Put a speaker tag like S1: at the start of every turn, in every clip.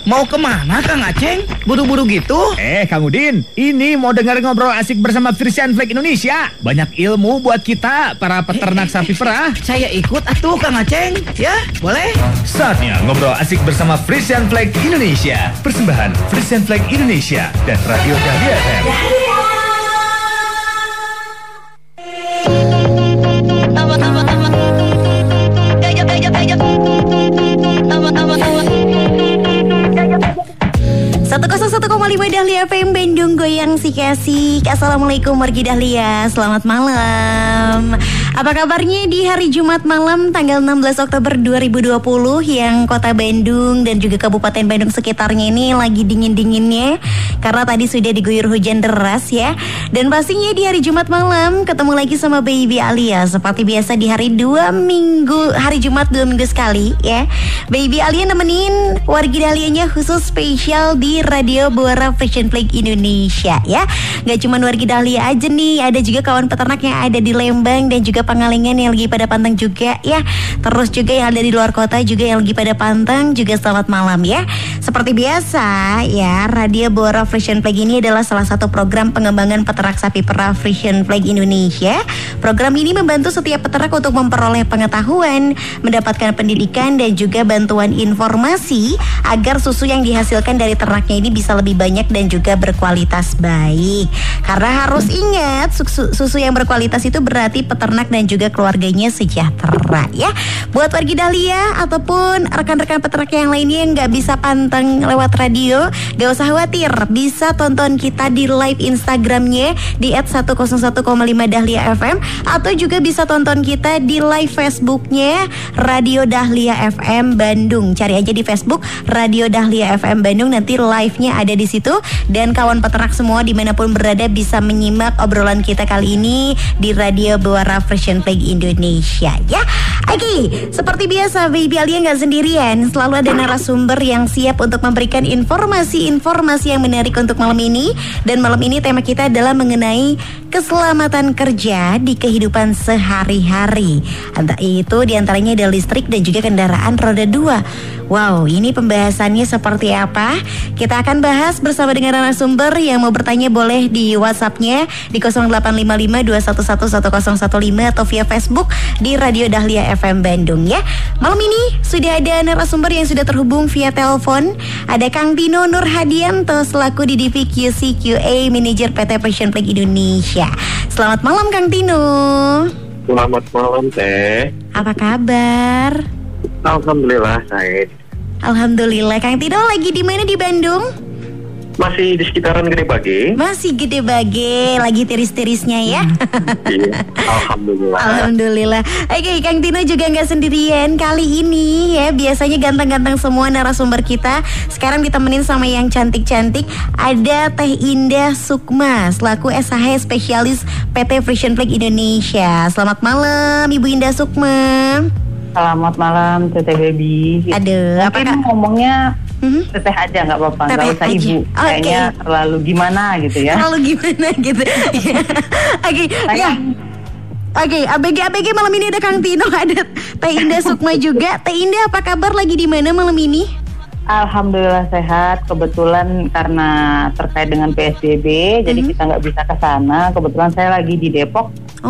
S1: Mau kemana Kang Aceng? Buru-buru gitu?
S2: Kang Udin, ini mau dengar ngobrol asik bersama Frisian Flag Indonesia. Banyak ilmu buat kita, para peternak sapi perah.
S1: Saya ikut atuh Kang Aceng. Ya, boleh?
S2: Saatnya ngobrol asik bersama Frisian Flag Indonesia. Persembahan Frisian Flag Indonesia dan Radio Dahlia FM.
S3: Dahlia FM Bandung goyang si kasih. Assalamualaikum wargi Dahlia. Selamat malam. Apa kabarnya di hari Jumat malam tanggal 16 Oktober 2020 yang kota Bandung dan juga Kabupaten Bandung sekitarnya ini lagi dingin-dinginnya karena tadi sudah diguyur hujan deras ya. Dan pastinya di hari Jumat malam ketemu lagi sama Baby Alia seperti biasa di hari hari Jumat 2 minggu sekali ya. Baby Alia nemenin wargi Dahlianya khusus spesial di Radio Buara Frisian Flag Indonesia ya. Gak cuma wargi Dahlia aja nih, ada juga kawan peternak yang ada di Lembang dan juga Pangalengan yang lagi pada pantang juga ya. Terus juga yang ada di luar kota juga yang lagi pada pantang juga selamat malam ya. Seperti biasa ya, Radio Buara Frisian Flag ini adalah salah satu program pengembangan peternak sapi perah Frisian Flag Indonesia. Program ini membantu setiap peternak untuk memperoleh pengetahuan, mendapatkan pendidikan dan juga bantuan informasi agar susu yang dihasilkan dari ternaknya ini bisa lebih banyak dan juga berkualitas baik. Karena harus ingat susu yang berkualitas itu berarti peternak dan juga keluarganya sejahtera ya. Buat wargi Dahlia ataupun rekan-rekan peternak yang lainnya yang gak bisa panteng lewat radio, gak usah khawatir, bisa tonton kita di live Instagramnya di @101,5 Dahlia FM atau juga bisa tonton kita di live Facebooknya Radio Dahlia FM Bandung. Cari aja di Facebook Radio Dahlia FM Bandung, nanti live-nya ada di situ dan kawan peternak semua dimanapun berada bisa menyimak obrolan kita kali ini di Radio Buara Frisian Flag Indonesia ya. Oke, seperti biasa Baby Alia gak sendirian, selalu ada narasumber yang siap untuk memberikan informasi-informasi yang menarik untuk malam ini. Dan malam ini tema kita adalah mengenai keselamatan kerja di kehidupan sehari-hari. Entah itu diantaranya ada listrik dan juga kendaraan roda 2. Wow, ini pembahasannya seperti apa? Kita akan bahas bersama dengan narasumber. Yang mau bertanya boleh di WhatsApp-nya di 085521111015 atau via Facebook di Radio Dahlia FM Bandung ya. Malam ini sudah ada narasumber yang sudah terhubung via telepon. Ada Kang Tino Nurhadianto selaku DDV QC QA Manager PT Frisian Flag Indonesia. Selamat malam Kang Tino.
S4: Selamat malam Teh.
S3: Apa kabar?
S4: Alhamdulillah Said.
S3: Alhamdulillah. Kang Tino lagi di mana di Bandung?
S4: Masih di sekitaran Gede Bage.
S3: Masih Gede Bage, lagi tiris-tirisnya ya.
S4: Iya, Alhamdulillah.
S3: Alhamdulillah. Oke, Kang Tino juga nggak sendirian kali ini ya. Biasanya ganteng-ganteng semua narasumber kita. Sekarang ditemenin sama yang cantik-cantik. Ada Teh Indah Sukma selaku SHH spesialis PT Frisian Flag Indonesia. Selamat malam Ibu Indah Sukma.
S5: Selamat malam Teteh Baby.
S3: Aduh,
S5: tapi ngomongnya Teteh aja nggak apa-apa, nggak usah aja. Ibu. Kayaknya terlalu gimana gitu ya.
S3: Terlalu gimana gitu. Oke, ya. Oke, ABG malam ini ada Kang Tino, ada Teh Indah Sukma juga. Teh Indah, apa kabar, lagi di mana malam ini?
S5: Alhamdulillah sehat. Kebetulan karena terkait dengan PSBB, jadi kita nggak bisa ke sana. Kebetulan saya lagi di Depok.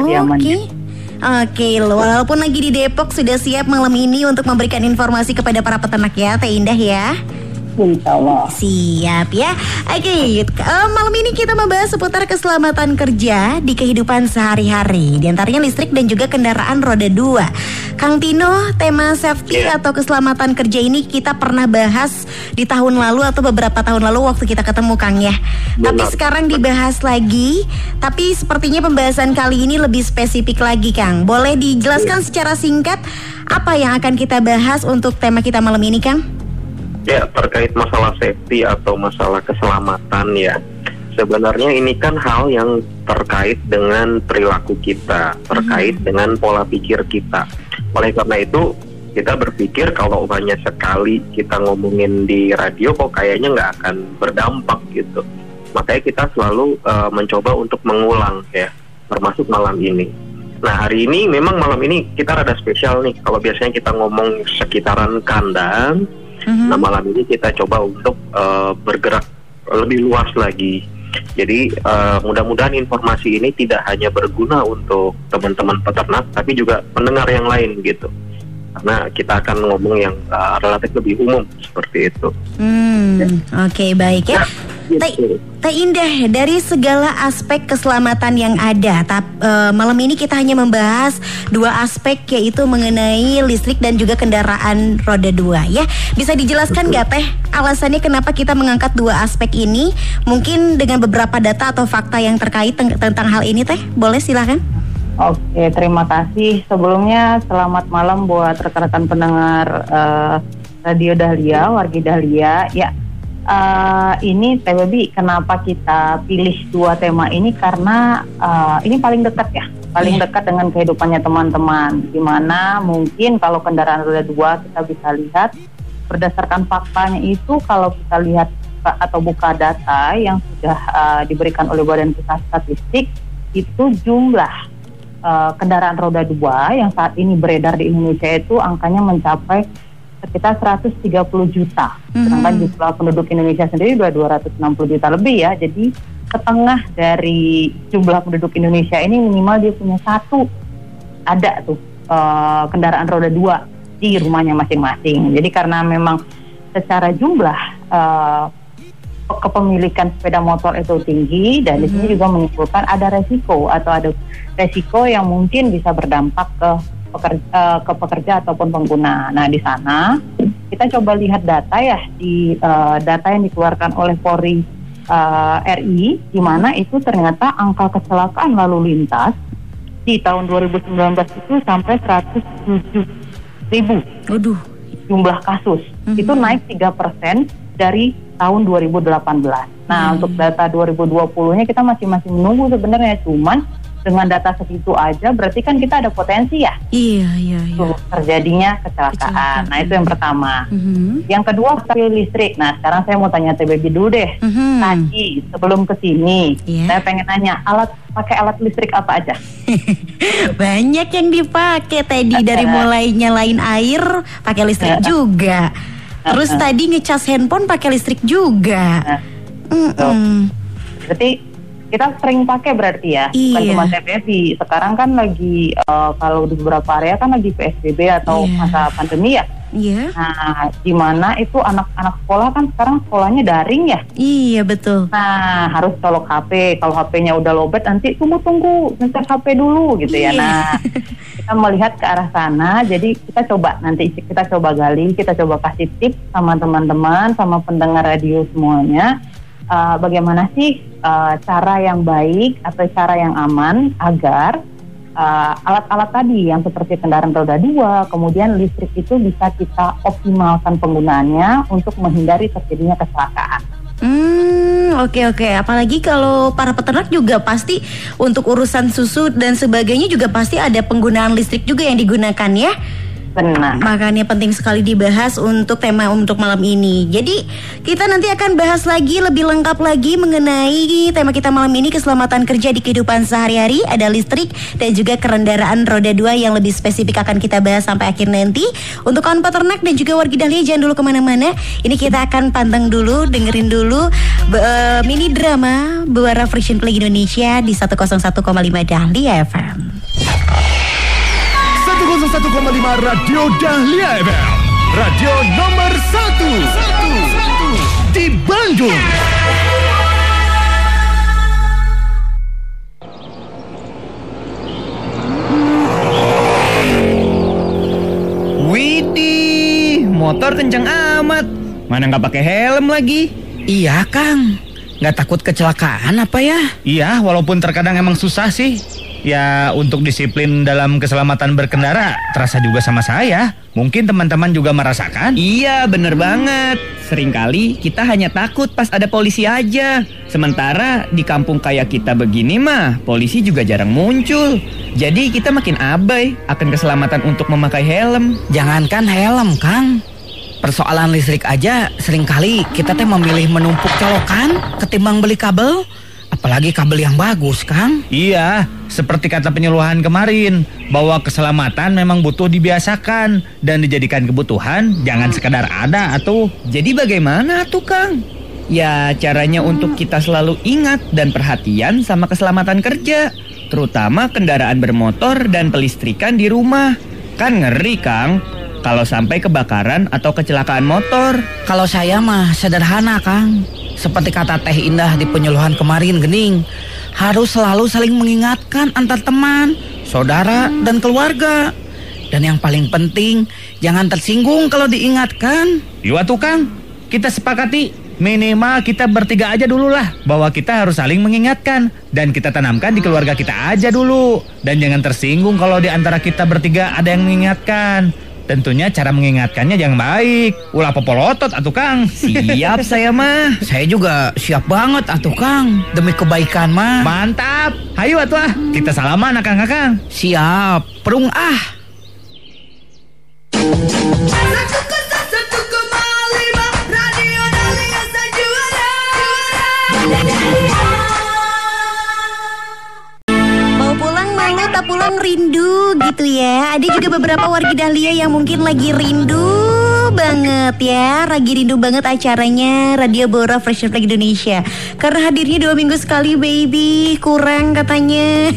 S3: Oke, walaupun lagi di Depok sudah siap malam ini untuk memberikan informasi kepada para peternak ya, Teh Indah ya.
S5: Insyaallah.
S3: Siap ya. Oke, malam ini kita membahas seputar keselamatan kerja di kehidupan sehari-hari, di antaranya listrik dan juga kendaraan roda 2. Kang Tino, tema safety atau keselamatan kerja ini kita pernah bahas di tahun lalu atau beberapa tahun lalu waktu kita ketemu Kang ya. Tapi sekarang dibahas lagi, tapi sepertinya pembahasan kali ini lebih spesifik lagi Kang. Boleh dijelaskan secara singkat apa yang akan kita bahas untuk tema kita malam ini Kang?
S4: Ya, terkait masalah safety atau masalah keselamatan ya. Sebenarnya ini kan hal yang terkait dengan perilaku kita, terkait dengan pola pikir kita. Oleh karena itu, kita berpikir kalau hanya sekali kita ngomongin di radio kok kayaknya nggak akan berdampak gitu. Makanya kita selalu mencoba untuk mengulang ya, termasuk malam ini. Nah, hari ini memang malam ini kita rada spesial nih. Kalau biasanya kita ngomong sekitaran kandang, Nah, malam ini kita coba untuk bergerak lebih luas lagi. Jadi mudah-mudahan informasi ini tidak hanya berguna untuk teman-teman peternak, tapi juga pendengar yang lain gitu. Karena kita akan ngomong yang relatif lebih umum seperti itu.
S3: Oke, baik ya. Teh Indah, dari segala aspek keselamatan yang ada, malam ini kita hanya membahas 2 aspek, yaitu mengenai listrik dan juga kendaraan roda 2 ya. Bisa dijelaskan nggak Teh alasannya kenapa kita mengangkat 2 aspek ini? Mungkin dengan beberapa data atau fakta yang terkait tentang hal ini Teh, boleh silakan.
S5: Oke, terima kasih. Sebelumnya selamat malam buat rekan-rekan pendengar Radio Dahlia, Wargi Dahlia. Ya, ini Teh Baby, kenapa kita pilih 2 tema ini? Karena ini paling dekat ya, paling dekat dengan kehidupannya teman-teman. Dimana mungkin kalau kendaraan roda 2 kita bisa lihat berdasarkan faktanya itu, kalau kita lihat atau buka data yang sudah diberikan oleh Badan Pusat Statistik, itu jumlah kendaraan roda 2 yang saat ini beredar di Indonesia itu angkanya mencapai sekitar 130 juta. Sedangkan jumlah penduduk Indonesia sendiri sudah 260 juta lebih ya. Jadi setengah dari jumlah penduduk Indonesia ini minimal dia punya ada kendaraan roda 2 di rumahnya masing-masing. Jadi karena memang secara jumlah kepemilikan sepeda motor itu tinggi, dan di sini juga menyimpulkan ada resiko yang mungkin bisa berdampak ke pekerja ataupun pengguna. Nah, di sana kita coba lihat data ya, di data yang dikeluarkan oleh Polri RI, di mana itu ternyata angka kecelakaan lalu lintas di tahun 2019 itu sampai 107.000 jumlah kasus. Itu naik 3% dari tahun 2018. Nah, untuk data 2020-nya kita masih menunggu sebenarnya, cuman dengan data segitu aja berarti kan kita ada potensi ya. Iya. Terjadinya kecelakaan. Nah, itu yang pertama. Yang kedua, pakai listrik. Nah, sekarang saya mau tanya Teh Baby dulu deh. Tadi sebelum kesini, saya pengen nanya, pakai alat listrik apa aja?
S3: Banyak yang dipakai tadi, dari mulai nyalain air pakai listrik juga. Terus tadi ngecas handphone pakai listrik juga. Berarti kita sering pakai berarti ya, bukan cuma TPV. Sekarang kan lagi kalau di beberapa area kan lagi PSBB atau masa pandemi ya. Nah, di mana itu anak-anak sekolah kan sekarang sekolahnya daring ya. Iya, betul. Nah, harus colok HP. Kalau HP-nya udah lowbat, nanti tunggu ngecas HP dulu gitu ya. Nah, kita melihat ke arah sana. Jadi kita coba gali, kita coba kasih tips sama teman-teman, sama pendengar radio semuanya. Bagaimana sih cara yang baik atau cara yang aman agar alat-alat tadi yang seperti kendaraan roda 2, kemudian listrik itu bisa kita optimalkan penggunaannya untuk menghindari terjadinya kecelakaan. Oke. Apalagi kalau para peternak juga pasti untuk urusan susu dan sebagainya juga pasti ada penggunaan listrik juga yang digunakan ya. Benar. Makanya penting sekali dibahas untuk tema untuk malam ini. Jadi kita nanti akan bahas lagi lebih lengkap lagi mengenai tema kita malam ini, keselamatan kerja di kehidupan sehari-hari, ada listrik dan juga kendaraan roda 2 yang lebih spesifik akan kita bahas sampai akhir nanti. Untuk kawan peternak dan juga wargi Dahlia, jangan dulu kemana-mana. Ini kita akan panteng dulu, dengerin dulu mini drama Buara Frisian Flag Indonesia di 101,5 Dahlia FM.
S2: 101,5 Radio Dahlia FM, radio nomor 1 di Bandung.
S1: Widih, motor kencang amat.
S2: Mana nggak pakai helm lagi?
S1: Iya Kang, nggak takut kecelakaan apa ya?
S2: Iya, walaupun terkadang emang susah sih. Ya, untuk disiplin dalam keselamatan berkendara terasa juga sama saya. Mungkin teman-teman juga merasakan.
S6: Iya, bener banget. Seringkali kita hanya takut pas ada polisi aja. Sementara di kampung kayak kita begini mah, polisi juga jarang muncul. Jadi kita makin abai akan keselamatan untuk memakai helm.
S1: Jangankan helm, Kang. Persoalan listrik aja seringkali kita memilih menumpuk colokan ketimbang beli kabel. Apalagi kabel yang bagus, Kang.
S2: Iya, seperti kata penyuluhan kemarin, bahwa keselamatan memang butuh dibiasakan dan dijadikan kebutuhan, jangan sekadar ada atuh.
S6: Jadi bagaimana tuh Kang? Ya caranya untuk kita selalu ingat dan perhatian sama keselamatan kerja, terutama kendaraan bermotor dan pelistrikan di rumah. Kan ngeri Kang, kalau sampai kebakaran atau kecelakaan motor.
S1: Kalau saya mah sederhana, Kang. Seperti kata Teh Indah di penyuluhan kemarin, Gening. Harus selalu saling mengingatkan antar teman, saudara, dan keluarga. Dan yang paling penting, jangan tersinggung kalau diingatkan.
S2: Yuk atuh Kang, kita sepakati. Minimal kita bertiga aja dulu lah, bahwa kita harus saling mengingatkan. Dan kita tanamkan di keluarga kita aja dulu. Dan jangan tersinggung kalau di antara kita bertiga ada yang mengingatkan. Tentunya cara mengingatkannya yang baik. Ulah popolotot atuh Kang.
S6: Siap saya mah.
S1: Saya juga siap banget atuh Kang. Demi kebaikan mah.
S2: Mantap. Hayu atuh ah. Kita salaman akang-akang.
S1: Siap. Perung ah.
S3: Mau pulang malu tak pulang rindu gitu ya. Ada juga beberapa wargi Dahlia yang mungkin lagi rindu banget ya. Lagi rindu banget acaranya Radio Bora Fresh Flag Indonesia. Karena hadirnya 2 minggu sekali baby. Kurang katanya.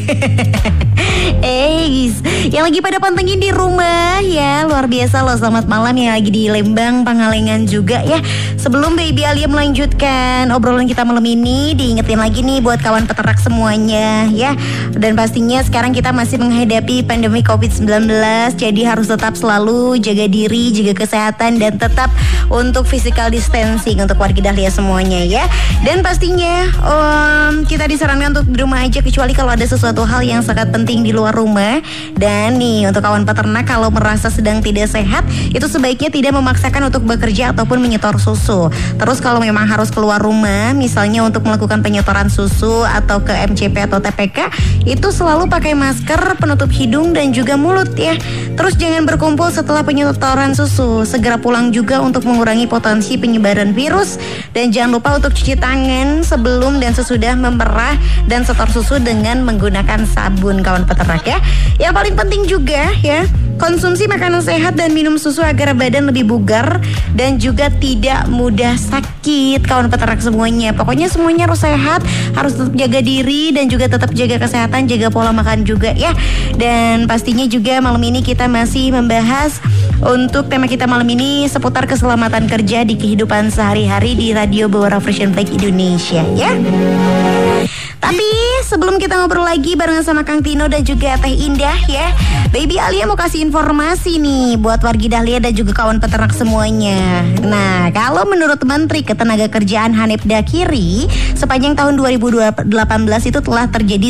S3: Guys, yang lagi pada pantengin di rumah ya, luar biasa loh. Selamat malam yang lagi di Lembang, Pangalengan juga ya. Sebelum Baby Alia melanjutkan obrolan kita malam ini, diingetin lagi nih buat kawan peternak semuanya ya. Dan pastinya sekarang kita masih menghadapi pandemi COVID-19, jadi harus tetap selalu jaga diri, jaga kesehatan, dan tetap untuk physical distancing untuk warga Dahlia semuanya ya. Dan pastinya kita disarankan untuk di rumah aja, kecuali kalau ada sesuatu hal yang sangat penting di luar rumah. Dan nih untuk kawan peternak, kalau merasa sedang tidak sehat, itu sebaiknya tidak memaksakan untuk bekerja ataupun menyetor susu. Terus kalau memang harus keluar rumah, misalnya untuk melakukan penyetoran susu atau ke MCP atau TPK, itu selalu pakai masker, penutup hidung dan juga mulut ya. Terus jangan berkumpul setelah penyetoran susu. Segera pulang juga untuk mengurangi potensi penyebaran virus. Dan jangan lupa untuk cuci tangan sebelum dan sesudah memerah dan setor susu dengan menggunakan sabun kawan peternak ya. Yang paling penting juga ya, konsumsi makanan sehat dan minum susu agar badan lebih bugar dan juga tidak mudah sakit kawan peternak semuanya. Pokoknya semuanya harus sehat, harus tetap jaga diri dan juga tetap jaga kesehatan, jaga pola makan juga ya. Dan pastinya juga malam ini kita masih membahas untuk tema kita malam ini seputar keselamatan kerja di kehidupan sehari-hari di Radio Bora Fresh Flag Indonesia ya. Tapi sebelum kita ngobrol lagi barengan sama Kang Tino dan juga Teh Indah ya, Baby Alia mau kasih informasi nih buat wargi Dahlia dan juga kawan peternak semuanya. Nah, kalau menurut Menteri Ketenagakerjaan Hanif Dakiri, sepanjang tahun 2018 itu telah terjadi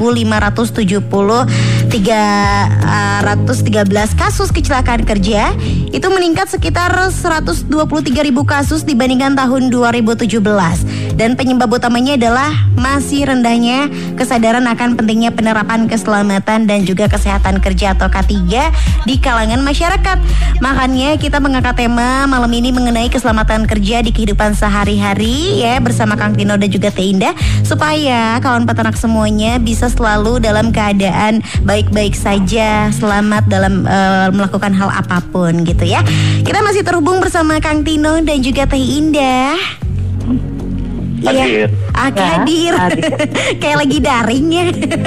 S3: 1.513 kasus kecelakaan kerja. Itu meningkat sekitar 123.000 kasus dibandingkan tahun 2017. Dan penyebab utamanya adalah masih rendahnya kesadaran akan pentingnya penerapan keselamatan dan juga kesehatan kerja atau K3 di kalangan masyarakat. Makanya kita mengangkat tema malam ini mengenai keselamatan kerja di kehidupan sehari-hari ya, bersama Kang Tino dan juga Teh Indah, supaya kawan peternak semuanya bisa selalu dalam keadaan baik-baik saja, selamat dalam melakukan hal apapun gitu ya. Kita masih terhubung bersama Kang Tino dan juga Teh Indah.
S4: Hadir.
S3: Hadir. Kayak lagi daring ya.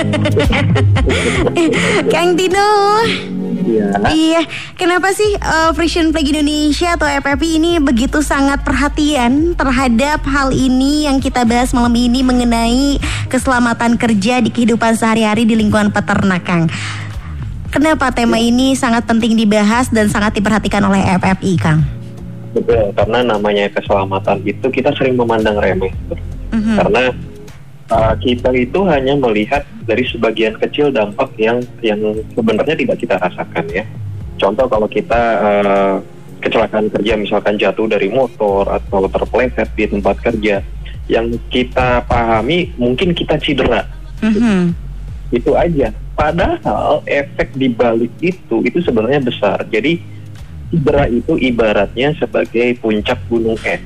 S3: Kang Tino. Iya. Kenapa sih Fresh Flag Indonesia atau FFI ini begitu sangat perhatian terhadap hal ini yang kita bahas malam ini mengenai keselamatan kerja di kehidupan sehari-hari di lingkungan peternak, Kang? Kenapa tema ini sangat penting dibahas dan sangat diperhatikan oleh FFI, Kang?
S4: Betul, karena namanya keselamatan itu kita sering memandang remeh. Karena kita itu hanya melihat dari sebagian kecil dampak yang sebenarnya tidak kita rasakan ya. Contoh kalau kita kecelakaan kerja, misalkan jatuh dari motor atau terpeleset di tempat kerja, yang kita pahami mungkin kita cedera. Itu aja. Padahal efek di balik itu sebenarnya besar. Jadi cedera itu ibaratnya sebagai puncak gunung es.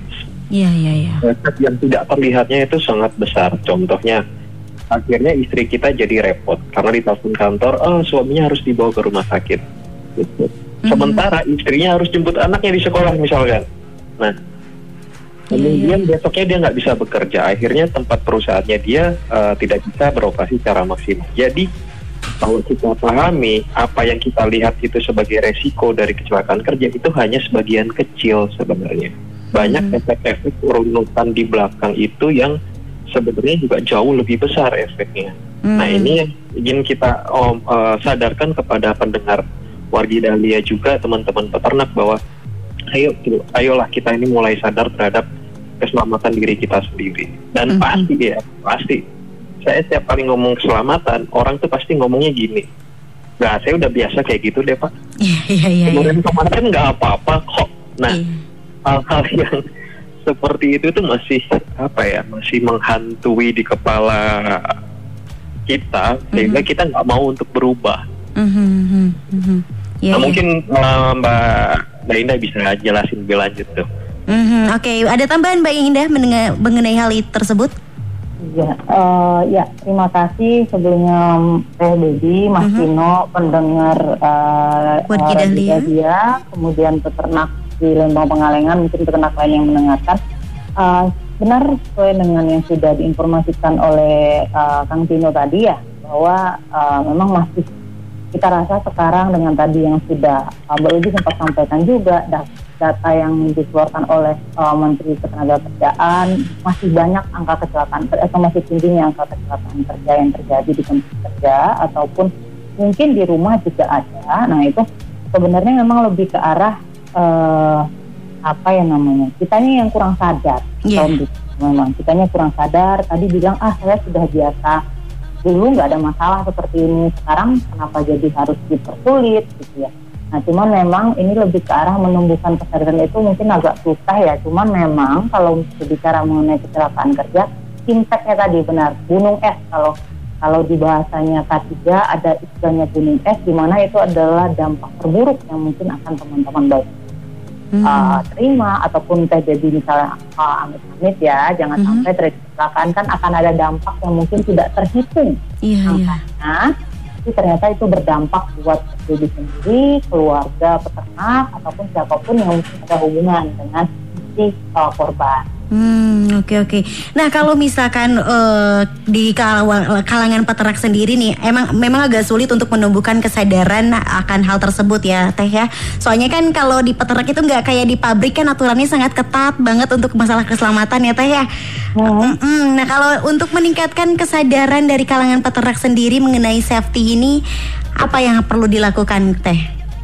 S3: Iya, iya, iya.
S4: Efek yang tidak terlihatnya itu sangat besar. Contohnya, akhirnya istri kita jadi repot karena di telepon kantor, suaminya harus dibawa ke rumah sakit. Gitu. Sementara istrinya harus jemput anaknya di sekolah misalkan. Nah, kemudian besoknya dia nggak bisa bekerja. Akhirnya tempat perusahaannya dia tidak bisa beroperasi secara maksimal. Jadi kalau kita pahami apa yang kita lihat itu sebagai resiko dari kecelakaan kerja itu hanya sebagian kecil sebenarnya. Banyak efek-efek urutan di belakang itu yang sebenarnya juga jauh lebih besar efeknya. Nah, ini yang ingin kita sadarkan kepada pendengar Wargi Dahlia juga, teman-teman peternak, bahwa ayolah kita ini mulai sadar terhadap keselamatan diri kita sendiri. Dan pasti saya setiap kali ngomong keselamatan, orang tuh pasti ngomongnya gini, nah saya udah biasa kayak gitu deh Pak.
S3: Iya.
S4: Kemarin nggak apa-apa kok. Nah, hal-hal yang seperti itu tuh masih masih menghantui di kepala kita, sehingga kita nggak mau untuk berubah. Mungkin Mbak Indah bisa jelasin lebih lanjut tuh.
S3: Oke, ada tambahan Mbak Indah mengenai hal tersebut?
S5: Ya, terima kasih sebelumnya Teh Baby, Mas Tino, pendengar
S3: Wargi
S5: Dahlia, kemudian peternak di Lembang Pengalengan, mungkin peternak lain yang mendengarkan. Benar sesuai dengan yang sudah diinformasikan oleh Kang Tino tadi ya, bahwa memang masih kita rasa sekarang dengan tadi yang sudah Mbak Uji sempat sampaikan juga, data yang dikeluarkan oleh Menteri Ketenagakerjaan, masih banyak angka kecelakaan atau masih tingginya angka kecelakaan kerja yang terjadi di tempat kerja ataupun mungkin di rumah juga ada. Nah, itu sebenarnya memang lebih ke arah kitanya yang kurang sadar. Memang kitanya kurang sadar. Tadi bilang saya sudah biasa, dulu nggak ada masalah seperti ini, sekarang kenapa jadi harus dipersulit gitu ya. Nah, cuman memang ini lebih ke arah menumbuhkan kesadaran itu mungkin agak susah ya. Cuman memang kalau berbicara mengenai kecelakaan kerja, impactnya tadi benar, gunung es. Kalau di bahasanya K3 ada istilahnya gunung es, di mana itu adalah dampak terburuk yang mungkin akan teman-teman baik terima, ataupun terjadi misalnya amit-amit ya, jangan sampai terjadi kecelakaan, kan akan ada dampak yang mungkin tidak terhitung angkanya. Tapi ternyata itu berdampak buat diri sendiri, keluarga peternak, ataupun siapapun yang mungkin ada hubungan dengan si korban.
S3: Oke. Nah, kalau misalkan di kalangan peternak sendiri nih, memang agak sulit untuk menumbuhkan kesadaran akan hal tersebut ya, Teh ya. Soalnya kan kalau di peternak itu nggak kayak di pabrik, kan aturannya sangat ketat banget untuk masalah keselamatan ya, Teh ya. Nah, kalau untuk meningkatkan kesadaran dari kalangan peternak sendiri mengenai safety ini, apa yang perlu dilakukan, Teh?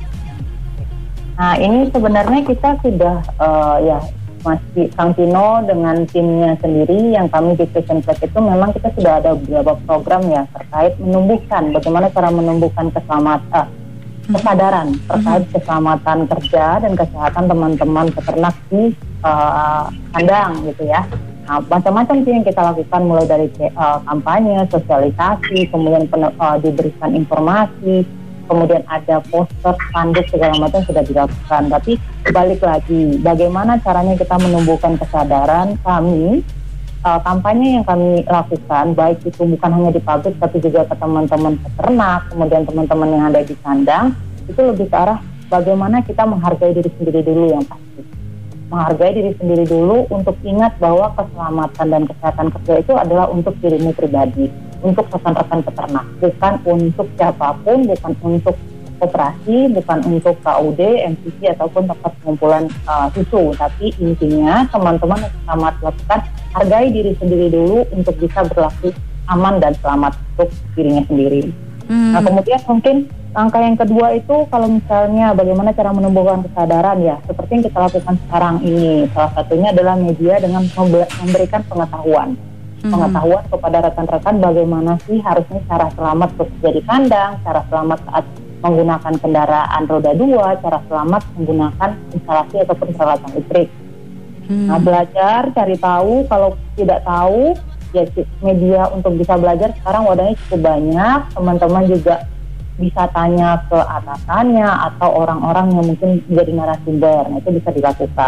S5: Nah, ini sebenarnya kita sudah masih Kang Tino dengan timnya sendiri yang kami di Passion Flag itu memang kita sudah ada beberapa program ya terkait menumbuhkan bagaimana cara menumbuhkan kesadaran terkait keselamatan kerja dan kesehatan teman-teman peternak di kandang gitu ya. Nah, macam-macam sih yang kita lakukan, mulai dari kampanye, sosialisasi, kemudian diberikan informasi, kemudian ada poster, spanduk, segala macam sudah dilakukan. Tapi balik lagi, bagaimana caranya kita menumbuhkan kesadaran kami, kampanye yang kami lakukan, baik itu bukan hanya di pabrik, tapi juga ke teman-teman peternak, kemudian teman-teman yang ada di kandang, itu lebih ke arah bagaimana kita menghargai diri sendiri dulu yang pasti. Menghargai diri sendiri dulu untuk ingat bahwa keselamatan dan kesehatan kerja itu adalah untuk dirimu pribadi, untuk rekan-rekan peternak, bukan untuk siapapun, bukan untuk koperasi, bukan untuk KUD, MCC ataupun tempat pengumpulan susu. Tapi intinya teman-teman yang selamat lakukan, hargai diri sendiri dulu untuk bisa berlaku aman dan selamat untuk dirinya sendiri. Nah, kemudian mungkin langkah yang kedua itu kalau misalnya bagaimana cara menumbuhkan kesadaran ya, seperti yang kita lakukan sekarang ini, salah satunya adalah media dengan memberikan pengetahuan kepada rekan-rekan bagaimana sih harusnya cara selamat bekerja di kandang, cara selamat saat menggunakan kendaraan roda 2, cara selamat menggunakan instalasi ataupun peralatan listrik. Nah, belajar, cari tahu, kalau tidak tahu ya media untuk bisa belajar sekarang wadahnya cukup banyak. Teman-teman juga bisa tanya ke atasannya atau orang-orang yang mungkin menjadi narasumber. Nah, itu bisa dilakukan.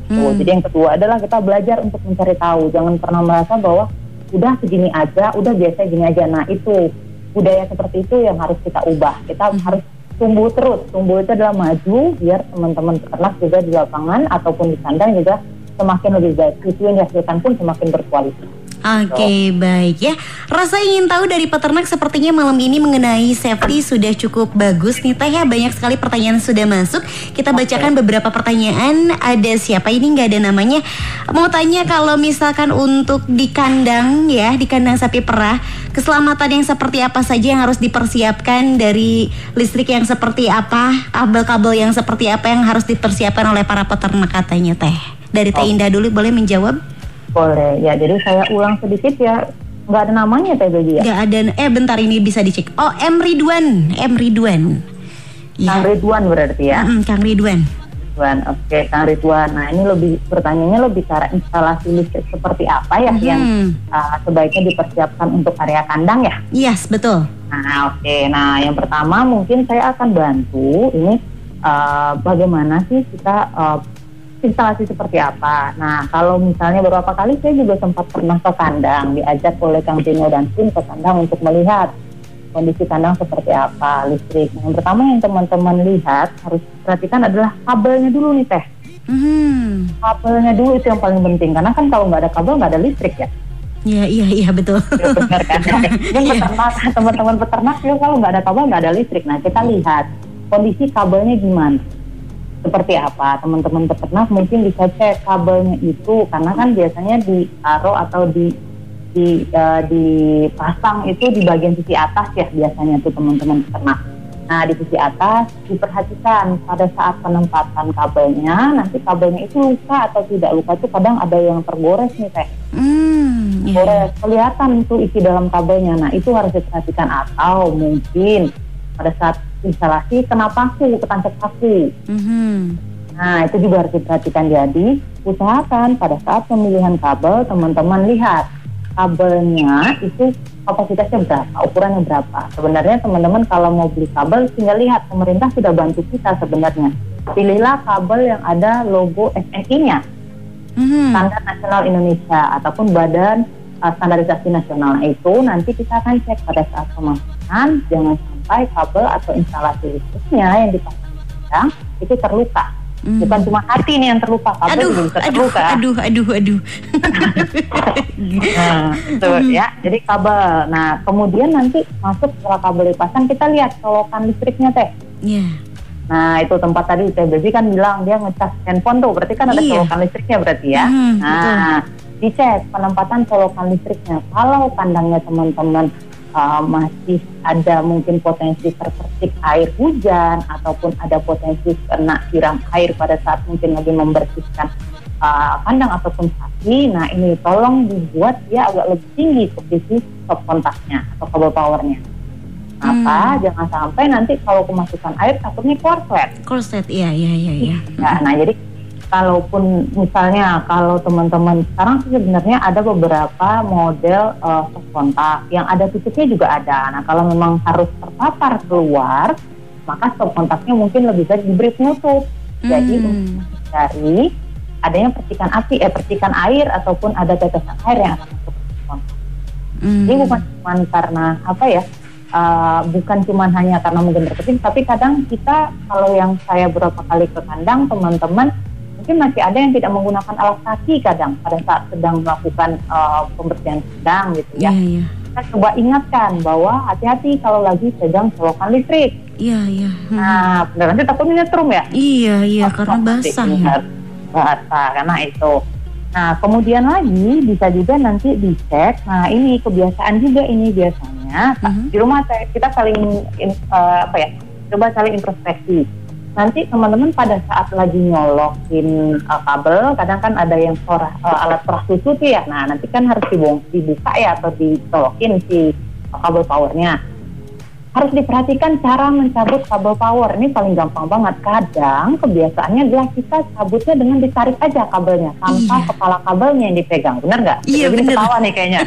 S5: Jadi yang kedua adalah kita belajar untuk mencari tahu. Jangan pernah merasa bahwa udah segini aja, udah biasa gini aja. Nah itu budaya seperti itu yang harus kita ubah. Kita harus tumbuh terus. Tumbuh itu adalah maju biar teman-teman peternak juga di lapangan ataupun di kandang juga semakin lebih baik. Itu yang dihasilkan pun semakin berkualitas.
S3: Oke, baik ya. Rasa ingin tahu dari peternak sepertinya malam ini mengenai safety sudah cukup bagus nih Teh ya. Banyak sekali pertanyaan sudah masuk. Kita bacakan beberapa pertanyaan. Ada siapa ini nggak ada namanya. Mau tanya kalau misalkan untuk di kandang ya, di kandang sapi perah, keselamatan yang seperti apa saja yang harus dipersiapkan, dari listrik yang seperti apa, kabel-kabel yang seperti apa yang harus dipersiapkan oleh para peternak katanya Teh. Dari Teh Indah dulu boleh menjawab?
S5: Boleh, ya jadi saya ulang sedikit ya, nggak ada namanya Teh Baby ya?
S3: Nggak ada, bentar ini bisa dicek. Oh, M. Ridwan. Ya.
S5: Kang Ridwan berarti ya?
S3: Kang Ridwan.
S5: Oke, Kang Ridwan. Nah ini lebih pertanyaannya lebih cara instalasi listrik seperti apa ya yang sebaiknya dipersiapkan untuk area kandang ya?
S3: Yes, betul.
S5: Nah oke, nah yang pertama mungkin saya akan bantu ini bagaimana sih kita instalasi seperti apa. Nah kalau misalnya beberapa kali saya juga sempat pernah ke kandang, diajak oleh Kang Tino dan tim ke kandang untuk melihat kondisi kandang seperti apa, listrik. Yang pertama yang teman-teman lihat harus perhatikan adalah kabelnya dulu nih Teh. Kabelnya dulu itu yang paling penting, karena kan kalau nggak ada kabel nggak ada listrik ya.
S3: Iya betul.
S5: Benar kan? Peternak, teman-teman peternak ya kalau nggak ada kabel nggak ada listrik. Nah kita lihat kondisi kabelnya gimana, seperti apa. Teman-teman peternak mungkin bisa cek kabelnya itu, karena kan biasanya ditaruh atau dipasang itu di bagian sisi atas ya biasanya tuh teman-teman peternak. Nah di sisi atas diperhatikan pada saat penempatan kabelnya, nanti kabelnya itu luka atau tidak luka, itu kadang ada yang tergores nih Teh. Gores, kelihatan itu isi dalam kabelnya. Nah itu harus diperhatikan, atau mungkin pada saat instalasi kena paku, ketancap paku. Nah itu juga harus diperhatikan. Jadi usahakan pada saat pemilihan kabel teman-teman lihat kabelnya itu kapasitasnya berapa, ukurannya berapa. Sebenarnya teman-teman kalau mau beli kabel tinggal lihat, pemerintah sudah bantu kita sebenarnya. Pilihlah kabel yang ada logo SNI-nya, Standar Nasional Indonesia ataupun Badan Standarisasi Nasional. Itu nanti kita akan cek pada saat pemasangan, jangan sampai kabel atau instalasi listriknya yang dipasang di kandang itu terluka. Bukan cuma hati nih yang terluka, kabel juga bisa terluka.
S3: Aduh.
S5: Nah, itu ya. Jadi kabel. Nah, kemudian nanti masuk setelah kabel dipasang, kita lihat colokan listriknya Teh.
S3: Iya.
S5: Nah, itu tempat tadi Teh Baby kan bilang dia ngecas handphone tuh, berarti kan ada colokan listriknya berarti ya. Nah, dicek penempatan colokan listriknya. Kalau kandangnya teman-teman masih ada mungkin potensi terpercik air hujan ataupun ada potensi kena siram air pada saat mungkin lagi membersihkan kandang ataupun sapi, nah ini tolong dibuat dia agak lebih tinggi posisi stop kontaknya atau kabel powernya. Apa jangan sampai nanti kalau kemasukan air takutnya korslet.
S3: Iya.
S5: Nah jadi kalaupun misalnya kalau teman-teman sekarang sih sebenarnya ada beberapa model stop kontak yang ada tutupnya juga ada. Nah kalau memang harus terpapar keluar, maka stop kontaknya mungkin lebih baik diberi penutup. Jadi dari adanya percikan air ataupun ada tetesan air yang akan masuk ke stop kontak. Jadi bukan cuma karena bukan cuma hanya karena mungkin berkecil, tapi kadang kita kalau yang saya beberapa kali ke kandang teman-teman mungkin masih ada yang tidak menggunakan alas kaki kadang pada saat sedang melakukan pembersihan kandang gitu ya. Kita coba ingatkan bahwa hati-hati kalau lagi sedang colokan listrik.
S3: Iya.
S5: Nah, benar nanti takutnya nyetrum ya.
S3: Iya, karena basah ya.
S5: Basah karena itu. Nah, kemudian lagi bisa juga nanti dicek. Nah, ini kebiasaan juga ini biasanya di rumah kita saling coba saling introspeksi. Nanti teman-teman pada saat lagi nyolokin kabel, kadang kan ada yang alat perah susu tuh ya. Nah nanti kan harus dibuka ya atau dicolokin si kabel powernya. Harus diperhatikan cara mencabut kabel power. Ini paling gampang banget. Kadang kebiasaannya adalah kita cabutnya dengan ditarik aja kabelnya tanpa kepala kabelnya yang dipegang. Benar nggak?
S3: Iya benar.
S5: Ketawa nih kayaknya.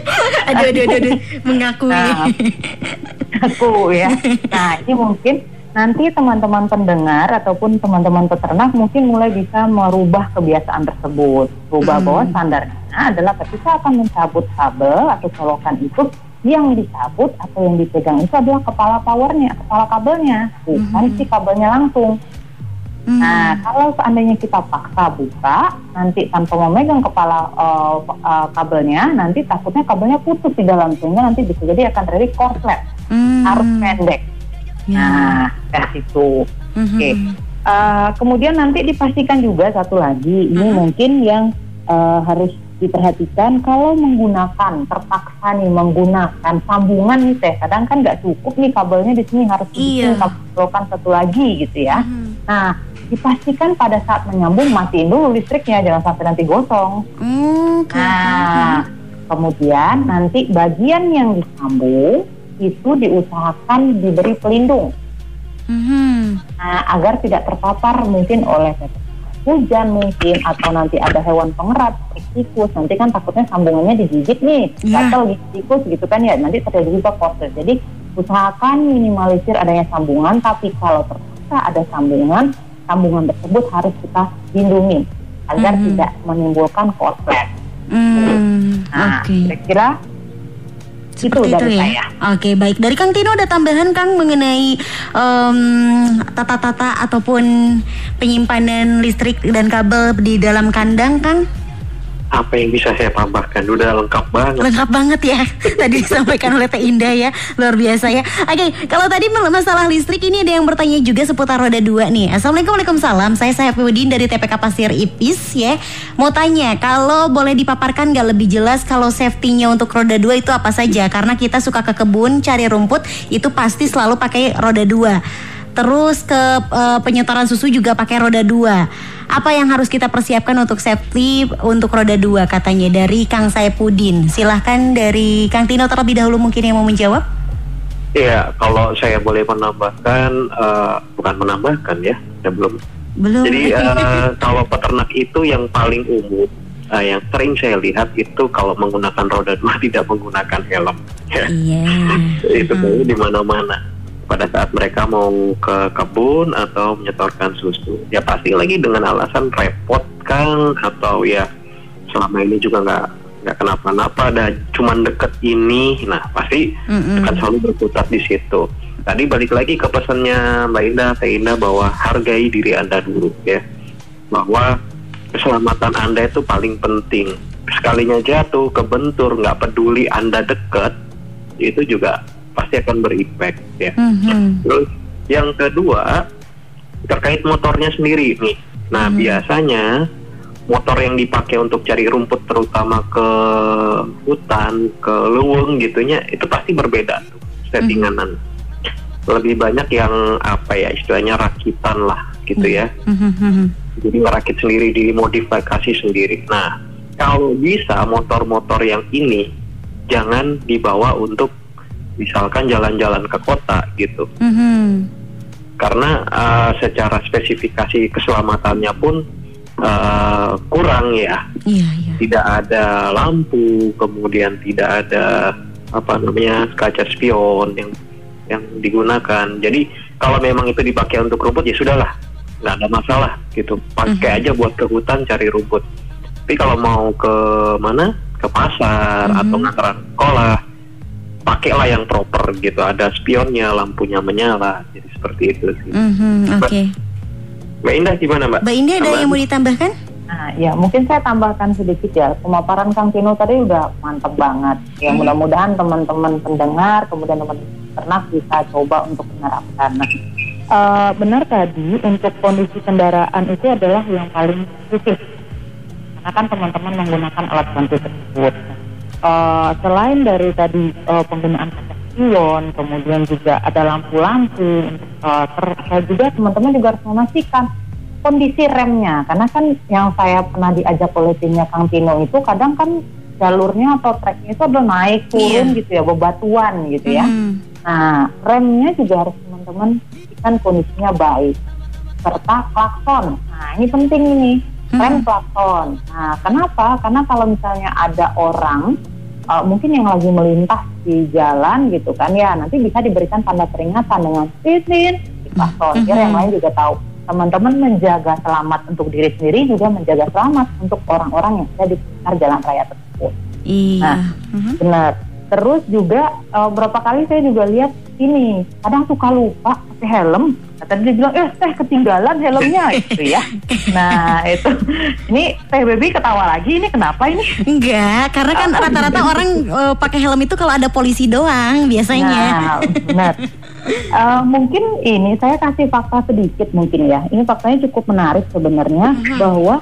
S3: aduh, mengakui.
S5: Aku ya. Nah ini mungkin nanti teman-teman pendengar ataupun teman-teman peternak mungkin mulai bisa merubah kebiasaan tersebut. Rubah bahwa standarnya adalah ketika akan mencabut kabel atau colokan itu, yang dicabut atau yang dipegang itu adalah kepala kabelnya, bukan si kabelnya langsung. Nah, kalau seandainya kita paksa buka, nanti tanpa memegang kepala kabelnya, nanti takutnya kabelnya putus di dalam, sehingga nanti bisa jadi akan terjadi korslet, arus pendek. Nah, kayak situ. Oke. Kemudian nanti dipastikan juga satu lagi, ini mungkin yang harus diperhatikan kalau terpaksa menggunakan sambungan nih Teh. Kadang kan nggak cukup nih kabelnya di sini, harus kabelkan satu lagi gitu ya. Nah, dipastikan pada saat menyambung matiin dulu listriknya, jangan sampai nanti gosong. Nah, kemudian nanti bagian yang disambung itu diusahakan diberi pelindung, nah, agar tidak terpapar mungkin oleh hujan mungkin, atau nanti ada hewan pengerat tikus, nanti kan takutnya sambungannya digigit nih, gatel tikus gitu kan ya, nanti terjadi juga korslet. Jadi usahakan minimalisir adanya sambungan, tapi kalau terpaksa ada sambungan tersebut harus kita lindungi agar tidak menimbulkan korslet. Nah, kira-kira
S3: seperti itu ya. Saya. Oke, baik. Dari Kang Tino ada tambahan Kang mengenai tata-tata ataupun penyimpanan listrik dan kabel di dalam kandang, Kang?
S4: Apa yang bisa saya tambahkan? Udah lengkap banget.
S3: Lengkap banget ya. Tadi disampaikan oleh Teh Indah ya. Luar biasa ya. Oke, kalau tadi masalah listrik, ini ada yang bertanya juga seputar roda 2 nih. Assalamualaikum, waalaikumsalam. Saya Saifuddin dari TPK Pasir Ipis ya. Mau tanya, kalau boleh dipaparkan gak lebih jelas kalau safety-nya untuk roda 2 itu apa saja? Karena kita suka ke kebun cari rumput, itu pasti selalu pakai roda 2. Terus ke penyetoran susu juga pakai roda 2. Apa yang harus kita persiapkan untuk safety untuk roda 2 katanya dari Kang Saifuddin. Silahkan dari Kang Tino terlebih dahulu mungkin yang mau menjawab.
S4: Iya, kalau saya boleh menambahkan, bukan menambahkan ya, saya belum. Jadi kalau peternak itu yang paling umum, yang sering saya lihat itu kalau menggunakan roda 2 tidak menggunakan helm. Ya. Itu di mana-mana. Pada saat mereka mau ke kebun atau menyetorkan susu, ya pasti lagi dengan alasan repot Kang, atau ya selama ini juga nggak kenapa-napa, dan cuman deket ini, nah pasti akan selalu berputar di situ. Tadi balik lagi ke pesannya Mbak Indah, Teh Indah, bahwa hargai diri Anda dulu ya, bahwa keselamatan Anda itu paling penting. Sekalinya jatuh, kebentur, nggak peduli Anda deket, itu juga pasti akan berimpact ya. Terus yang kedua terkait motornya sendiri nih. Nah biasanya motor yang dipakai untuk cari rumput, terutama ke hutan, ke luwung gitunya, itu pasti berbeda tuh settinganan. Lebih banyak yang apa ya istilahnya rakitan lah gitu ya. Jadi merakit sendiri, dimodifikasi sendiri. Nah kalau bisa motor-motor yang ini jangan dibawa untuk misalkan jalan-jalan ke kota gitu, karena secara spesifikasi keselamatannya pun kurang ya. Tidak ada lampu, kemudian tidak ada kaca spion yang digunakan. Jadi kalau memang itu dipakai untuk rumput ya sudahlah, nggak ada masalah gitu, pakai aja buat ke hutan cari rumput. Tapi kalau mau ke mana, ke pasar atau nganteran sekolah, pakailah yang proper gitu, ada spionnya, lampunya menyala, jadi seperti itu sih.
S3: Oke.
S4: Mbak Indah gimana Mbak?
S3: Mbak Indah ada yang mau ditambahkan?
S5: Nah ya mungkin saya tambahkan sedikit ya, pemaparan Kang Tino tadi udah mantep banget. Ya mudah-mudahan teman-teman pendengar, kemudian teman-teman ternak bisa coba untuk menerapkan. Nah, benar tadi untuk kondisi kendaraan itu adalah yang paling kritis, karena kan teman-teman menggunakan alat bantu tersebut. Selain dari tadi penggunaan kaca spion, kemudian juga ada lampu-lampu. Juga teman-teman juga harus memastikan kondisi remnya, karena kan yang saya pernah diajak oleh timnya Kang Tino itu kadang kan jalurnya atau treknya itu adalah naik turun gitu ya, bebatuan gitu ya. Nah remnya juga harus teman-teman pastikan kondisinya baik, serta klakson. Nah ini penting ini, rem klakson. Nah kenapa? Karena kalau misalnya ada orang mungkin yang lagi melintas di jalan gitu kan ya, nanti bisa diberikan tanda peringatan dengan titin, faktor, biar yang lain juga tahu. Teman-teman menjaga selamat untuk diri sendiri, juga menjaga selamat untuk orang-orang yang ada di sekitar jalan raya tersebut.
S3: Iya.
S5: Nah, benar. Terus juga berapa kali saya juga lihat ini, kadang suka lupa pakai helm. Tadi dia bilang, teh ketinggalan helmnya gitu ya. Nah itu, ini Teh Baby ketawa lagi, ini kenapa ini?
S3: Enggak, karena kan rata-rata orang pakai helm itu kalau ada polisi doang biasanya.
S5: Nah, benar. Mungkin ini saya kasih fakta sedikit mungkin ya. Ini faktanya cukup menarik sebenarnya, bahwa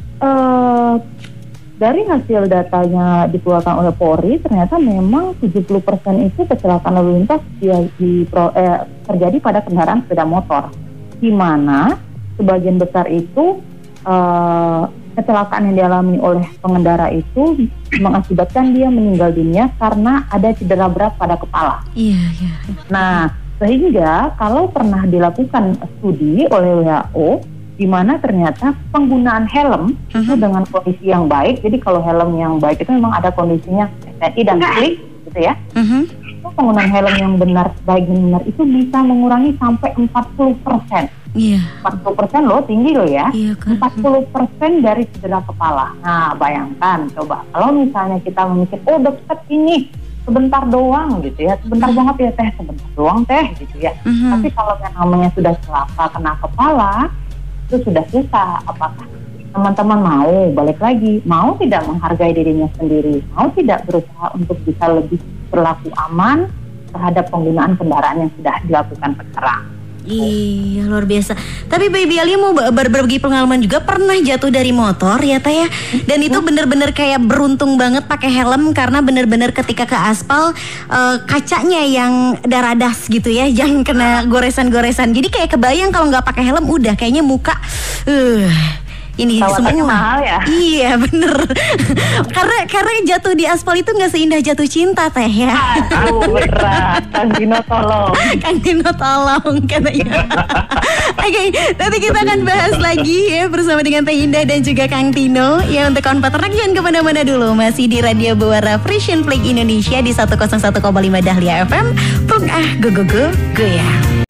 S5: dari hasil datanya dikeluarkan oleh Polri, ternyata memang 70% itu kecelakaan lalu lintas terjadi pada kendaraan sepeda motor, di mana sebagian besar itu kecelakaan yang dialami oleh pengendara itu mengakibatkan dia meninggal dunia karena ada cedera berat pada kepala.
S3: Iya.
S5: Nah, sehingga kalau pernah dilakukan studi oleh WHO, di mana ternyata penggunaan helm itu dengan kondisi yang baik. Jadi kalau helm yang baik itu memang ada kondisinya dan klik gitu ya. Itu penggunaan helm yang benar, baik dan benar itu bisa mengurangi sampai 40%.
S3: Iya.
S5: 40% loh, tinggi loh ya.
S3: Iya, kan.
S5: 40% dari cedera kepala. Nah, bayangkan coba kalau misalnya kita memikir, deket ini sebentar doang gitu ya, sebentar banget ya teh, sebentar doang teh gitu ya. Tapi kalau yang namanya sudah celaka kena kepala, itu sudah susah. Apakah teman-teman mau balik lagi, mau tidak menghargai dirinya sendiri, mau tidak berusaha untuk bisa lebih berlaku aman terhadap penggunaan kendaraan yang sudah dilakukan sekarang.
S3: Iya, luar biasa. Tapi Baby Alia mau berbagi pengalaman juga, pernah jatuh dari motor ya Teh ya. Dan itu bener-bener kayak beruntung banget pakai helm, karena bener-bener ketika ke aspal kacanya yang daradas gitu ya, jangan kena goresan-goresan. Jadi kayak kebayang kalau nggak pakai helm udah kayaknya muka ini
S5: Perawatan
S3: semua
S5: mahal ya?
S3: Iya bener. karena jatuh di aspal itu nggak seindah jatuh cinta Teh ya.
S5: Aduh berat, Kang Dino tolong.
S3: Kang Dino tolong katanya. Oke, nanti kita akan bahas lagi ya bersama dengan Teh Indah dan juga Kang Tino. Ya untuk kawan peternak jangan kemana-mana dulu, masih di Radio Buara Frisian Flag Indonesia di 101,5 Dahlia FM. Go ya.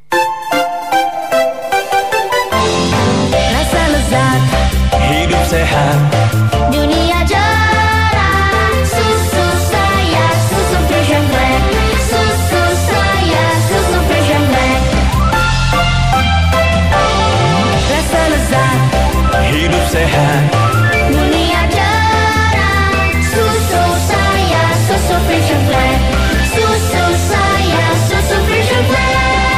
S7: Rasa lezat hidup sehat, dunia cerah. Susu saya, susu Frisian Flag. Susu saya, susu Frisian Flag. Rasa lezat hidup sehat, dunia cerah. Susu saya, susu Frisian Flag. Susu saya, susu Frisian Flag.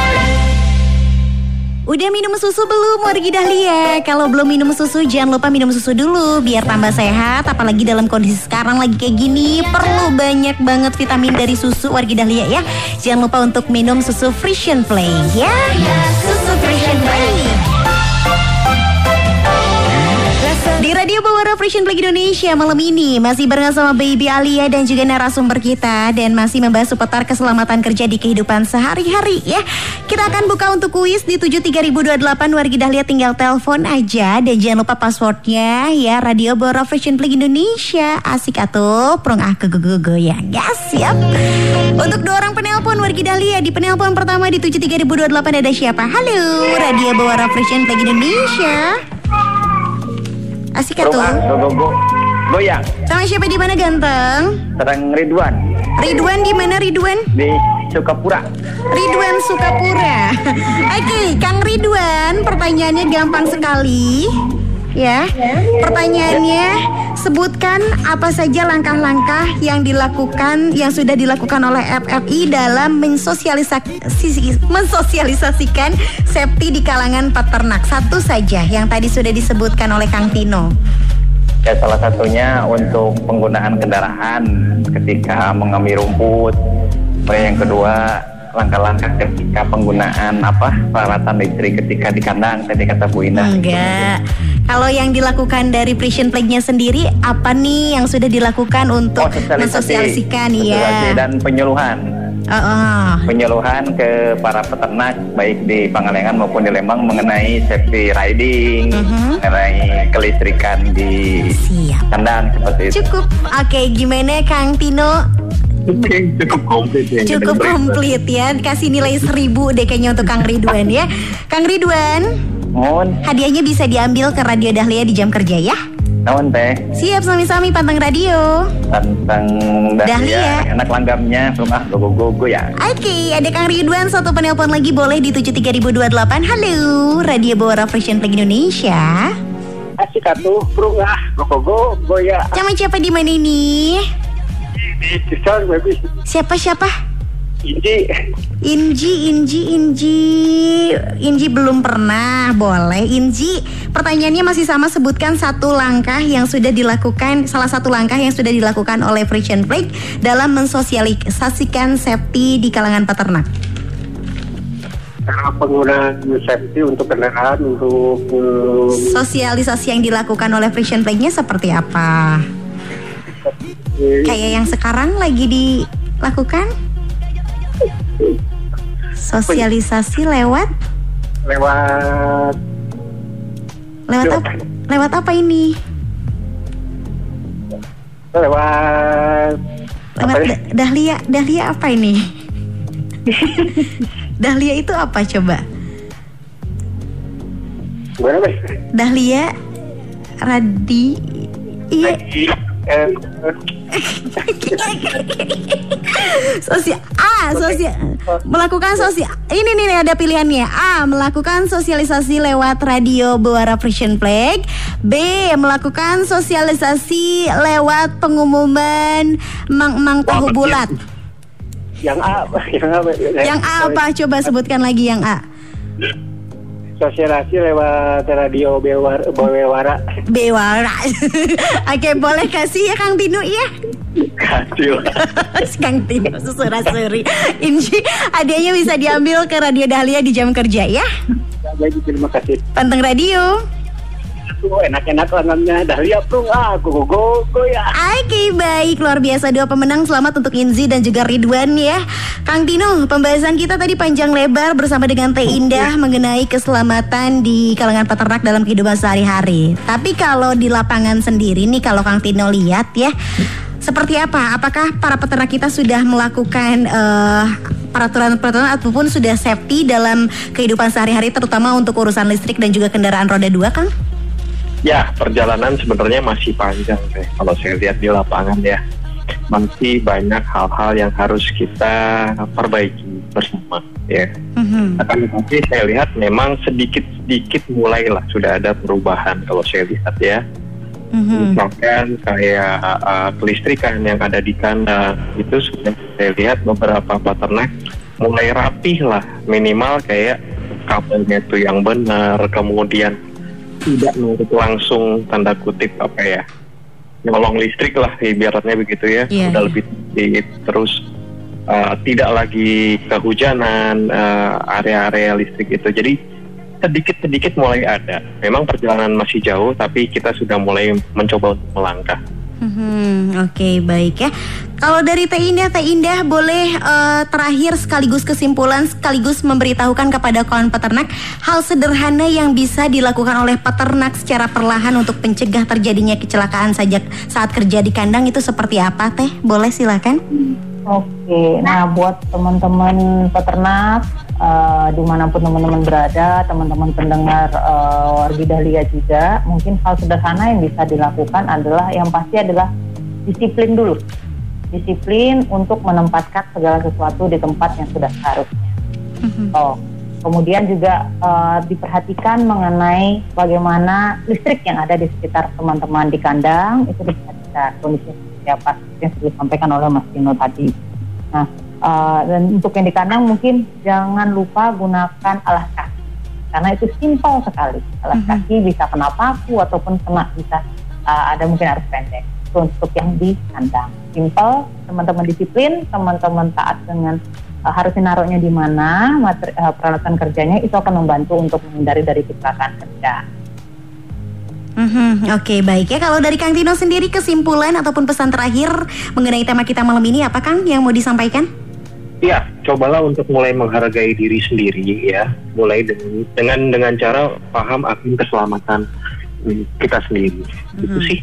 S3: Udah minum susu belum wargi Dahlia? Kalau belum minum susu jangan lupa minum susu dulu biar tambah sehat. Apalagi dalam kondisi sekarang lagi kayak gini, perlu banyak banget vitamin dari susu wargi Dahlia ya. Jangan lupa untuk minum susu Frisian Flag ya.
S7: Susu Frisian Flag.
S3: Di Radio Buara Frisian Flag Indonesia malam ini masih bareng sama Baby Alia dan juga narasumber kita, dan masih membahas seputar keselamatan kerja di kehidupan sehari-hari ya. Kita akan buka untuk kuis di 73028 wargi Dahlia, tinggal telepon aja dan jangan lupa passwordnya ya, Radio Buara Frisian Flag Indonesia. Asik atuh, prong goyang ya, siap. Untuk 2 orang penelpon wargi Dahlia, di penelpon pertama di 73028 ada siapa? Halo, Radio Buara Frisian Flag Indonesia. Asik atuh.
S8: Goyang.
S3: Sama siapa di mana ganteng?
S8: Terang Ridwan.
S3: Ridwan di mana Ridwan?
S8: Di Sukapura.
S3: Ridwan Sukapura. Oke, Kang Ridwan, pertanyaannya gampang sekali. Ya. Pertanyaannya, sebutkan apa saja langkah-langkah yang sudah dilakukan oleh FFI dalam mensosialisasikan safety di kalangan peternak. Satu saja yang tadi sudah disebutkan oleh Kang Tino.
S8: Ya, salah satunya untuk penggunaan kendaraan ketika mengambil rumput. Yang kedua, langkah-langkah ketika penggunaan peralatan listrik ketika di kandang, tadi kata Bu Indah.
S3: Enggak. Kalau yang dilakukan dari Frisian Flag-nya sendiri, apa nih yang sudah dilakukan untuk mensosialisasikan ya?
S8: Dan penyuluhan. Penyuluhan ke para peternak baik di Pangalengan maupun di Lembang mengenai safety riding, mengenai kelistrikan di kandang seperti itu.
S3: Cukup. Oke, gimana Kang Tino?
S4: Oke, cukup komplit ya.
S3: Cukup komplit ya. Kasih nilai 1000 deh kayaknya untuk Kang Ridwan ya. Kang Ridwan, hadiahnya bisa diambil ke Radio Dahlia di jam kerja ya.
S8: Naon teh?
S3: Siap, sami-sami panteng radio.
S8: Tentang Dahlia. Enak langgamnya, rumah gogo-gogo ya.
S3: Oke, ada Kang Ridwan, satu penelpon lagi boleh di 73028. Halo, Radio Bawara Fashion Play Indonesia.
S9: Asik atuh, bro gogo-gogo ya.
S3: Sama siapa di mana ini?
S9: Di Cisol, baby.
S3: Siapa? Inji belum pernah. Boleh Inji, pertanyaannya masih sama. Sebutkan satu langkah yang sudah dilakukan, salah satu langkah yang sudah dilakukan oleh Frisian Flag dalam mensosialisasikan safety di kalangan peternak.
S9: Cara penggunaan safety untuk kendaraan, untuk
S3: sosialisasi yang dilakukan oleh Frisian Flag-nya seperti apa? Kayak yang sekarang lagi dilakukan? Sosialisasi lewat apa ini? Dahlia apa ini? Dahlia itu apa coba? Dahlia iya. Melakukan sosial. Ini nih ada pilihannya. A. Melakukan sosialisasi lewat Radio Bawara Frisian Flag. B. Melakukan sosialisasi lewat pengumuman mang tahu bulat.
S9: Yang A
S3: apa? Coba sebutkan lagi yang A.
S9: Sosialisasi lewat Radio Bawara.
S3: Oke, boleh kasih ya Kang Tino ya.
S9: Kasih.
S3: Kang Tino susura-suri. Inji, hadiahnya bisa diambil ke Radio Dahlia di jam kerja ya.
S9: Baik, terima kasih.
S3: Panteng radio.
S9: Enak-enak lengannya Dahlia bro, gogo ya.
S3: Oke, baik, luar biasa. Dua pemenang, selamat untuk Inzi dan juga Ridwan ya. Kang Tino, pembahasan kita tadi panjang lebar bersama dengan Teh Indah mengenai keselamatan di kalangan peternak dalam kehidupan sehari-hari. Tapi kalau di lapangan sendiri nih, kalau Kang Tino lihat ya, seperti apa? Apakah para peternak kita sudah melakukan peraturan-peraturan ataupun sudah safety dalam kehidupan sehari-hari, terutama untuk urusan listrik dan juga kendaraan roda 2, Kang?
S4: Ya, perjalanan sebenarnya masih panjang deh. Kalau saya lihat di lapangan ya, masih banyak hal-hal yang harus kita perbaiki bersama ya. Akan tetapi saya lihat memang sedikit-sedikit mulailah sudah ada perubahan kalau saya lihat ya. Misalkan kayak kelistrikan yang ada di kandang itu sudah saya lihat beberapa peternak mulai rapih lah, minimal kayak kabelnya itu yang benar, kemudian tidak nurut langsung tanda kutip apa ya, nyolong listrik lah ibaratnya begitu ya. Udah lebih terus tidak lagi kehujanan area-area listrik itu. Jadi sedikit-sedikit mulai ada. Memang perjalanan masih jauh, tapi kita sudah mulai mencoba untuk melangkah.
S3: Oke, baik ya. Kalau dari Teh Indah boleh terakhir sekaligus kesimpulan, sekaligus memberitahukan kepada kawan peternak hal sederhana yang bisa dilakukan oleh peternak secara perlahan untuk mencegah terjadinya kecelakaan saat kerja di kandang itu seperti apa, Teh? Boleh, silakan.
S5: Oke, nah buat teman-teman peternak dimanapun teman-teman berada, teman-teman pendengar Wargi Dahlia juga, mungkin hal sederhana yang bisa dilakukan adalah yang pasti adalah disiplin dulu. Disiplin untuk menempatkan segala sesuatu di tempat yang sudah seharusnya. Kemudian juga diperhatikan mengenai bagaimana listrik yang ada di sekitar teman-teman di kandang, itu diperhatikan kondisi seperti apa yang sudah disampaikan oleh Mas Tino tadi. Nah, dan untuk yang di kandang mungkin jangan lupa gunakan alas kaki, karena itu simpel sekali. Alas kaki bisa kena paku ataupun kena bisa ada mungkin arus pendek. Untuk yang di kandang simpel, teman-teman disiplin, teman-teman taat dengan harus menaruhnya di mana, peralatan kerjanya, itu akan membantu untuk menghindari dari kecelakaan kerja.
S3: Oke, baik ya. Kalau dari Kang Tino sendiri, kesimpulan ataupun pesan terakhir mengenai tema kita malam ini apa, Kang, yang mau disampaikan?
S4: Ya, cobalah untuk mulai menghargai diri sendiri ya, mulai dengan cara paham akan keselamatan kita sendiri. Itu sih.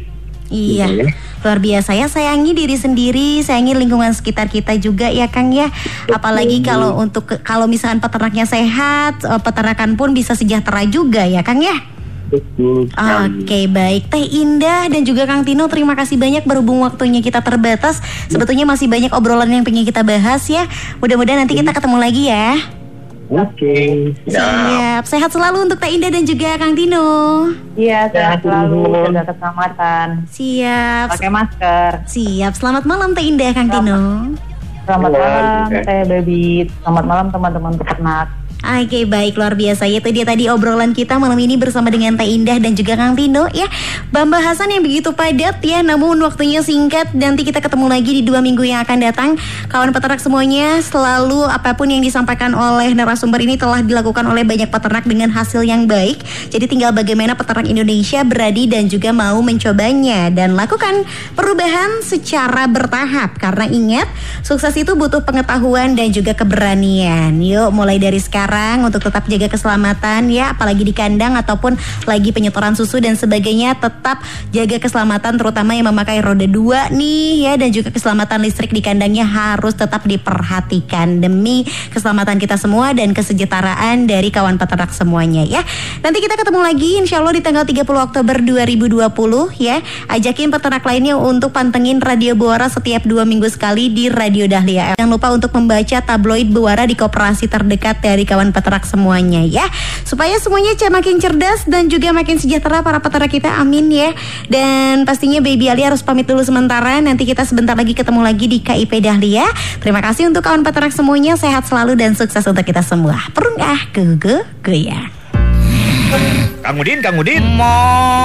S3: Iya,
S4: Gitu ya.
S3: luar biasa ya, sayangi diri sendiri, sayangi lingkungan sekitar kita juga ya Kang ya. Apalagi kalau kalau misalkan peternaknya sehat, peternakan pun bisa sejahtera juga ya Kang ya.
S4: Betul sekali.
S3: Oke, baik Teh Indah dan juga Kang Tino, terima kasih banyak, berhubung waktunya kita terbatas. Sebetulnya masih banyak obrolan yang pengen kita bahas ya. Mudah-mudahan nanti kita ketemu lagi ya.
S4: Oke.
S3: Siap, sehat selalu untuk Teh Indah dan juga Kang Tino.
S5: Iya, sehat selalu,
S4: Nuhun.
S5: jaga keselamatan,
S3: Siap,
S5: pakai masker.
S3: siap. Selamat malam Teh Indah, Kang Tino.
S5: Selamat
S4: Iya,
S5: malam,
S4: iya.
S5: Teh Baby. Selamat malam teman-teman peternak.
S3: Oke, baik, luar biasa. Itu dia tadi obrolan kita malam ini bersama dengan Teh Indah dan juga Kang Tino ya. Pembahasan yang begitu padat ya, namun waktunya singkat. Nanti kita ketemu lagi di 2 minggu yang akan datang. Kawan peternak semuanya, selalu apapun yang disampaikan oleh narasumber ini telah dilakukan oleh banyak peternak dengan hasil yang baik. Jadi tinggal bagaimana peternak Indonesia berani dan juga mau mencobanya. Dan lakukan perubahan secara bertahap. Karena ingat, sukses itu butuh pengetahuan dan juga keberanian. Yuk, mulai dari sekarang untuk tetap jaga keselamatan ya, apalagi di kandang ataupun lagi penyetoran susu dan sebagainya, tetap jaga keselamatan terutama yang memakai roda 2 nih ya, dan juga keselamatan listrik di kandangnya harus tetap diperhatikan demi keselamatan kita semua dan kesejahteraan dari kawan peternak semuanya ya. Nanti kita ketemu lagi insya Allah di tanggal 30 Oktober 2020 ya. Ajakin peternak lainnya untuk pantengin Radio Buara setiap 2 minggu sekali di Radio Dahlia. Jangan lupa untuk membaca tabloid Buara di koperasi terdekat dari kawan peternak semuanya ya, supaya semuanya makin cerdas dan juga makin sejahtera para peternak kita, amin ya. Dan pastinya Baby Ali harus pamit dulu sementara, nanti kita sebentar lagi ketemu lagi di KIP Dahlia. Terima kasih untuk kawan peternak semuanya, sehat selalu dan sukses untuk kita semua. Perungah goyang.
S2: Kang Udin.
S1: Mo.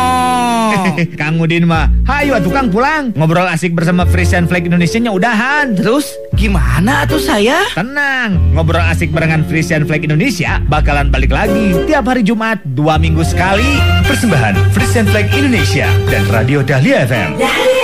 S2: Kang Udin mah, hayu atuh Kang pulang. Ngobrol asik bersama Frisian Flag Indonesia-nya udahan.
S1: Terus gimana tuh saya?
S2: Tenang, ngobrol asik barengan Frisian Flag Indonesia bakalan balik lagi tiap hari Jumat 2 minggu sekali. Persembahan Frisian Flag Indonesia dan Radio Dahlia FM.